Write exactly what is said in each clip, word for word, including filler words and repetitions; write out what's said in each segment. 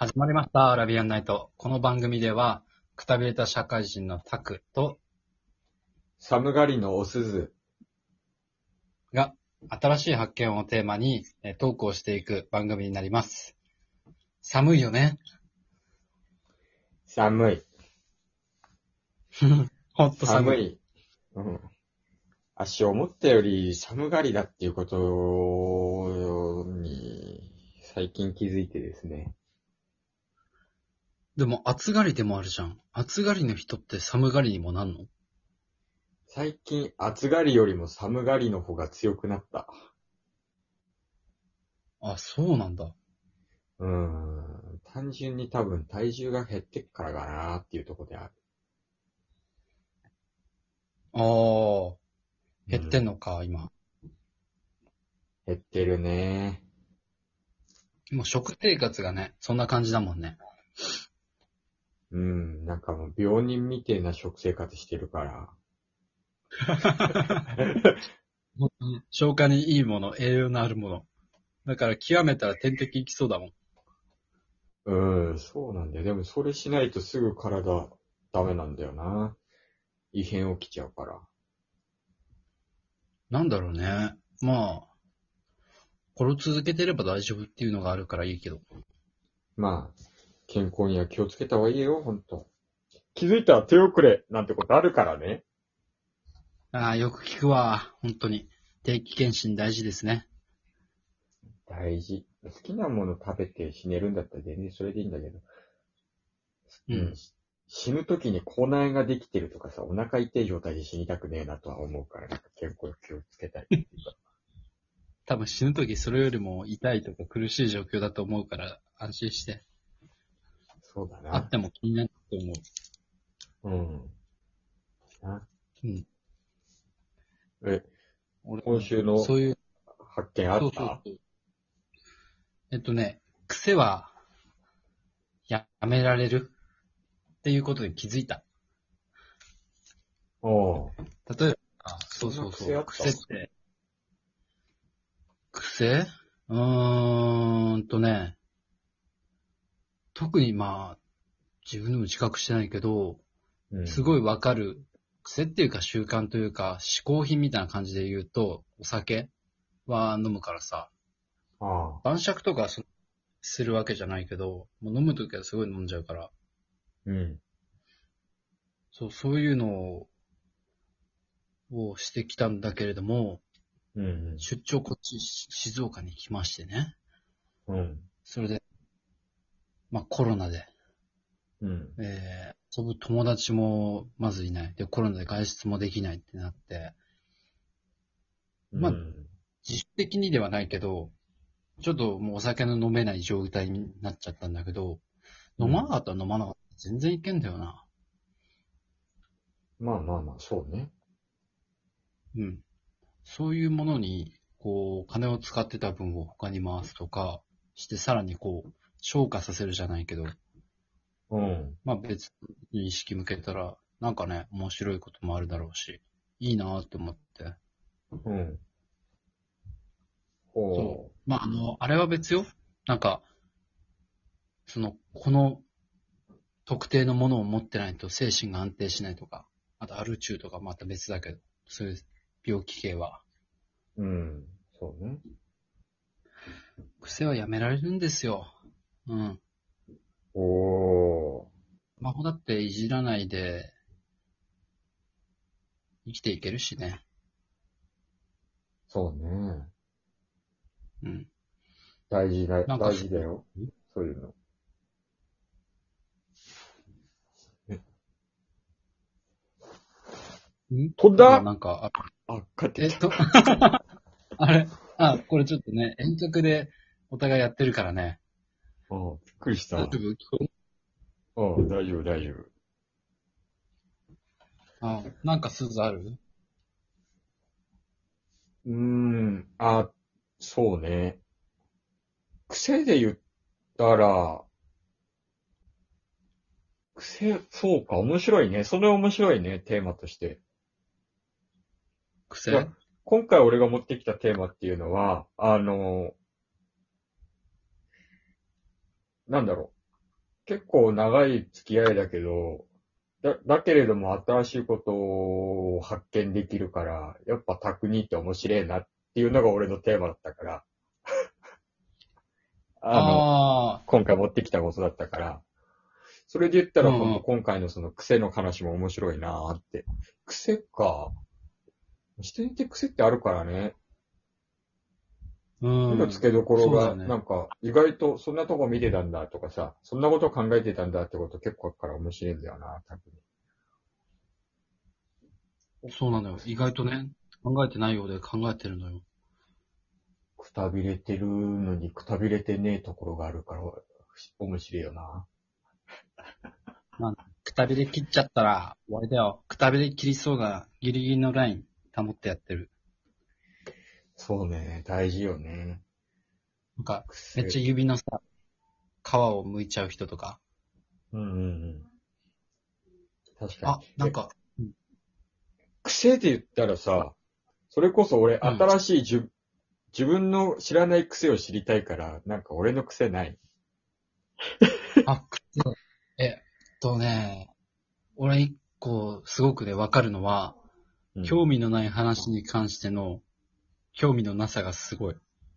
始まりました。アラビアンナイト。この番組では、くたびれた社会人のタクと、 寒がりのおすず。 が、新しい発見をテーマにえートークをしていく番組になります。寒いよね。 寒い。 ほんと寒い。 寒い。うん。足思ったより寒がりだっていうことに、最近気づいてですね。 でも、暑がりでもあるじゃん。暑がりの人って寒がりにもなんの？ 最近暑がりよりも寒がりの方が強くなった。 あ、そうなんだ。 うーん。単純に多分体重が減ってっからかなっていうところである。 あー、減ってんうん。 のか、今。 減ってるね。 もう食生活がね、そんな感じだもんね。 うん。なんかもう病人みてえな食生活してるから。 消化にいいもの、栄養のあるもの。だから極めたら点滴いきそうだもん。 うん、そうなんだよ。でもそれしないとすぐ体ダメなんだよな。異変起きちゃうから。 なんだろうね。まあ、これを続けてれば大丈夫っていうのがあるからいいけど。 まあ、健康には気をつけた方がいいよ、ほんと。気づいたら手遅れなんてことあるからね。 ああ、よく聞くわ。本当に。定期検診大事ですね。 大事。好きなもの食べて死ねるんだったら全然それでいいんだけど。うん。 うん。 死ぬ時に口内炎ができてるとかさ、お腹痛い状態で死にたくねえなとは思うから、なんか健康に気をつけたいっていうか。 多分死ぬ時それよりも痛いとか苦しい状況だと思うから安心して。 そうだな。 あっても気になると思うん。な。 う。うん。 え、 俺も、 今週のそういう、 発見あそったうそうそう。えっとね、癖はやめられるっていうことに気づいた。 おう。 例えば、あそそんなうそうそう。 癖あった？ 癖って、癖うーんとね、特にまあ、自分でも自覚してないけど、 うん。 すごいわかる癖っていうか習慣というか嗜好品みたいな感じで言うと、お酒は飲むからさ、 ああ。 晩酌とかすするわけじゃないけど、もう飲むときはすごい飲んじゃうから、 うん。 そう、そういうのをしてきたんだけれども、 うん。 出張こっち静岡に来ましてね。 うん。 それで、まあコロナで、 うん。 えー、遊ぶ友達もまずいない。で、コロナで外出もできないってなって、まあ、 うん。 自主的にではないけど、ちょっともうお酒の飲めない状態になっちゃったんだけど、飲まなかったら飲まなかったら全然いけんだよな。 まあまあまあ、そうね。 うん。そういうものに、こう、金を使ってた分を他に回すとかして、さらにこう、消化させるじゃないけど、 うん。 まあ別に意識向けたら、なんかね、面白いこともあるだろうし、いいなって思って。 うん。 そう。 ほまああの、あれは別よ。なんか、その、この特定のものを持ってないと精神が安定しないとか、あとアル中とかまた別だけど、そういう病気系は。 う。うん。そうね。 癖はやめられるんですよ。うん。 おー。 スマホだっていじらないで生きていけるしね。 そうね。 うん。 大事だ、 なんかそ大事だよ。そういうの。 う、ん飛んだ。 なんか、あ、 あ、帰ってきた。 えっと、あれ、あ、これちょっとね、遠隔でお互いやってるからね。 うん。びっくりした。 大丈夫聞こえる？ うん。大丈夫、大丈夫。 あ、なんか鈴ある？ うーん。あ、そうね。癖で言ったら、癖、そうか、面白いね。それ面白いね、テーマとして。いや、 癖？ 今回俺が持ってきたテーマっていうのは、あの、なんだろう。 結構長い付き合いだけど、だ、だけれども新しいことを発見できるから、やっぱ拓兄って面白いなっていうのが俺のテーマだったから、あの、 ああ、 今回持ってきたことだったから、それで言ったら、 うんうんほんと今回のその癖の話も面白いなーって。癖か。人によって癖ってあるからね。 うん。 手の付けどころが、 そうだよね。 なんか、意外とそんなとこ見てたんだとかさ、そんなこと考えてたんだってこと結構あるから面白いんだよな、多分。 そうなのよ。意外とね、考えてないようで考えてるのよ。 くたびれてるのにくたびれてねえところがあるから、面白いよな。 まあ、くたびれ切っちゃったら終わりだよ。くたびれ切りそうがギリギリのライン保ってやってる。 そうね、大事よね。 なんか、 癖めっちゃ指のさ、皮を剥いちゃう人とか。 うんうんうん。確かに。 あ、なんか、 癖で言ったらさ、それこそ俺、 うん新しいじゅ、自分の知らない癖を知りたいから、なんか俺の癖ない。 あ、癖。えっとね、俺一個すごくね、わかるのは、 うん興味のない話に関しての興味のなさがすごい。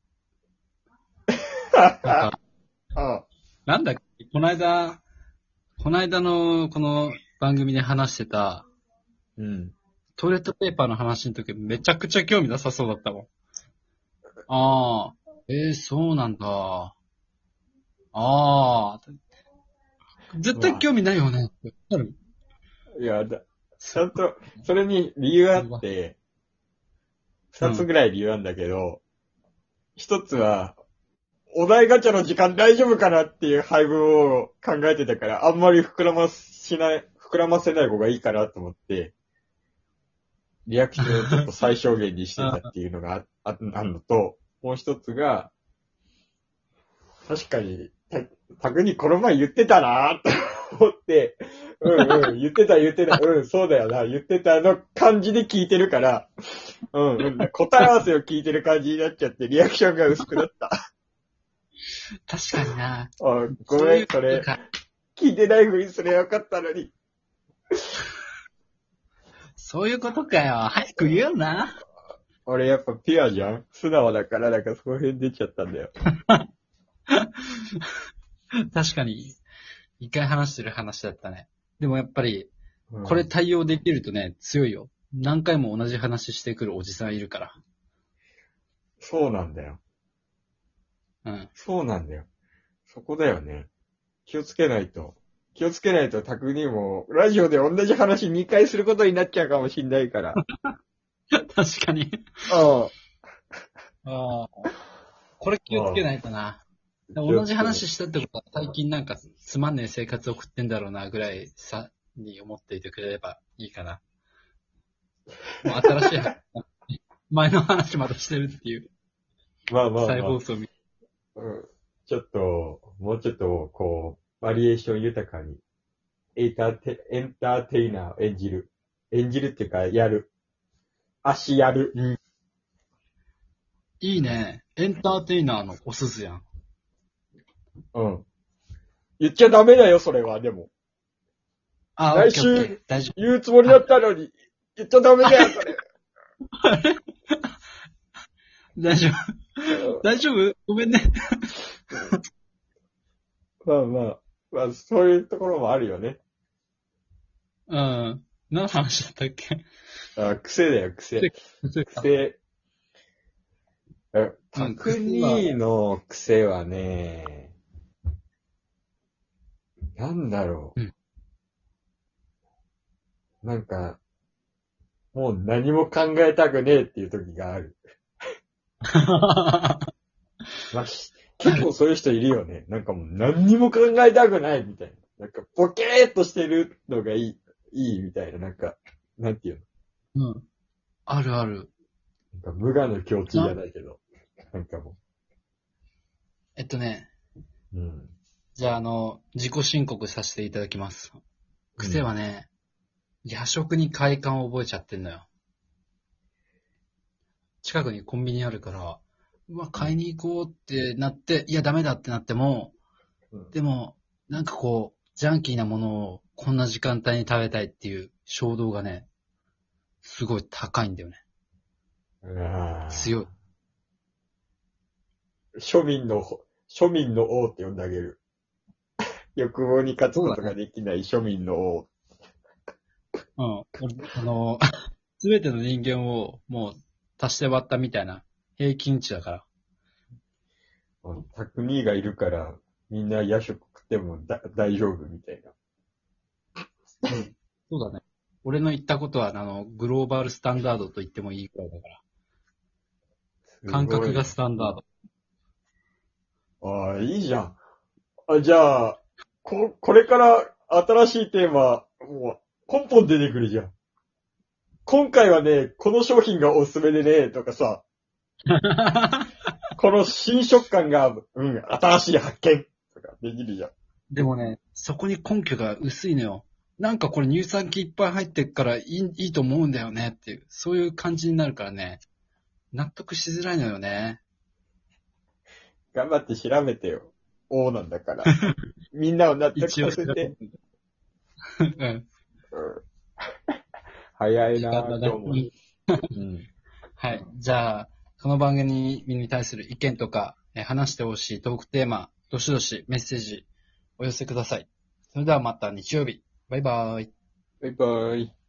なんか、 あなんだっけ、この間、この間のこの番組で話してた、 うん。 トイレットペーパーの話の時めちゃくちゃ興味なさそうだったもん。ああ、えー、そうなんだ。ああ、絶対興味ないよね。わかる？ いや、だ、ちゃんと、それに理由あって、二つぐらい理由あるんだけど、一つは、お題ガチャの時間大丈夫かなっていう配分を考えてたから、あんまり膨らましない、膨らませない方がいいかなと思って、リアクションをちょっと最小限にしてたっていうのがあ、あ、あんのと、もう一つが、確かに、た、たくにこの前言ってたなーって思って、うんうん、言ってた言ってた、うん、そうだよな、言ってたの感じで聞いてるから、うんうん、答え合わせを聞いてる感じになっちゃって、リアクションが薄くなった。 確かにな。 あ、ごめん、それ、聞いてないふりすればよかったのに。 そういうことかよ。早く言うな。 俺やっぱピュアじゃん素直だから、なんかその辺出ちゃったんだよ。 確かに、一回話してる話だったね。でもやっぱり、 うんこれ対応できるとね、強いよ。何回も同じ話してくるおじさんいるから。 そうなんだよ。 うん。 そうなんだよ。そこだよね。気をつけないと。気をつけないと、タクにも、ラジオで同じ話にかいすることになっちゃうかもしんないから。 確かに。 あああ。これ気をつけないとな。同じ話したってことは最近なんかつまんねえ生活を送ってんだろうなぐらいさ、に思っていてくれればいいかな。もう新しい話、前の話またしてるっていうまあまあ、まあ、 再放送みうん。ちょっと、もうちょっと、こう、バリエーション豊かに、エンターテ、エンターテイナーを演じる。演じるっていうか、やる。足やる。 うん。いいね。エンターテイナーのおすずやん。 うん。言っちゃダメだよ、それは、でも。 あ、 来週オッケーオッケー大丈夫。 言うつもりだったのに、言っちゃダメだよ、それ。 大丈夫。大丈夫ごめんね。 まあまあ、まあ、そういうところもあるよね。 うん。何の話だったっけ？ あ、癖だよ、癖。 癖。 癖。え、タクニーの癖はね、なんだろう。 うんなんか、もう何も考えたくねえっていう時がある。まあ、し結構そういう人いるよね。なんかもう何にも考えたくないみたいな。なんかボケーっとしてるのがいい、いいみたいな。なんか、なんていうの。 うん。あるある。 なんか無我の境地じゃないけど。なんかもえっとね、 う。うん。 じゃああの、自己申告させていただきます。癖はね、夜食に快感を覚えちゃってんのよ。近くにコンビニあるから、うわ、買いに行こうってなって、いや、ダメだってなっても、 うんでも、なんかこジャンキーなものをこんな時間帯に食べたいっていう衝動がね、すごい高いんだよね。 うわー強い。 庶民の、庶民の王って呼んであげる。欲望に勝つことができない庶民の王。 うん。俺あの、すべての人間をもう足して割ったみたいな平均値だから。 タクニーがいるから、みんな夜食食ってもだ大丈夫みたいな。 そうだね。俺の言ったことは、あの、グローバルスタンダードと言ってもいいくらいだから。感覚がスタンダード。 ああ、いいじゃん。あ、じゃあ、こ、これから新しいテーマ、もう、ポンポン出てくるじゃん。今回はね、この商品がおすすめでね、とかさ、この新食感が、うん、新しい発見とかできるじゃん。 でもね、そこに根拠が薄いのよ。なんかこれ乳酸菌いっぱい入ってるからいい、いいと思うんだよねっていう、そういう感じになるからね、納得しづらいのよね。 頑張って調べてよ。王なんだから。みんなを納得一応させて。 うん。 うん早いな時間だねぁ、今日も。うんはい。じゃあ、この番組に対する意見とか、えー話してほしいトークテーマ、どしどしメッセージお寄せください。それではまた日曜日。バイバーイ。 バイバイ。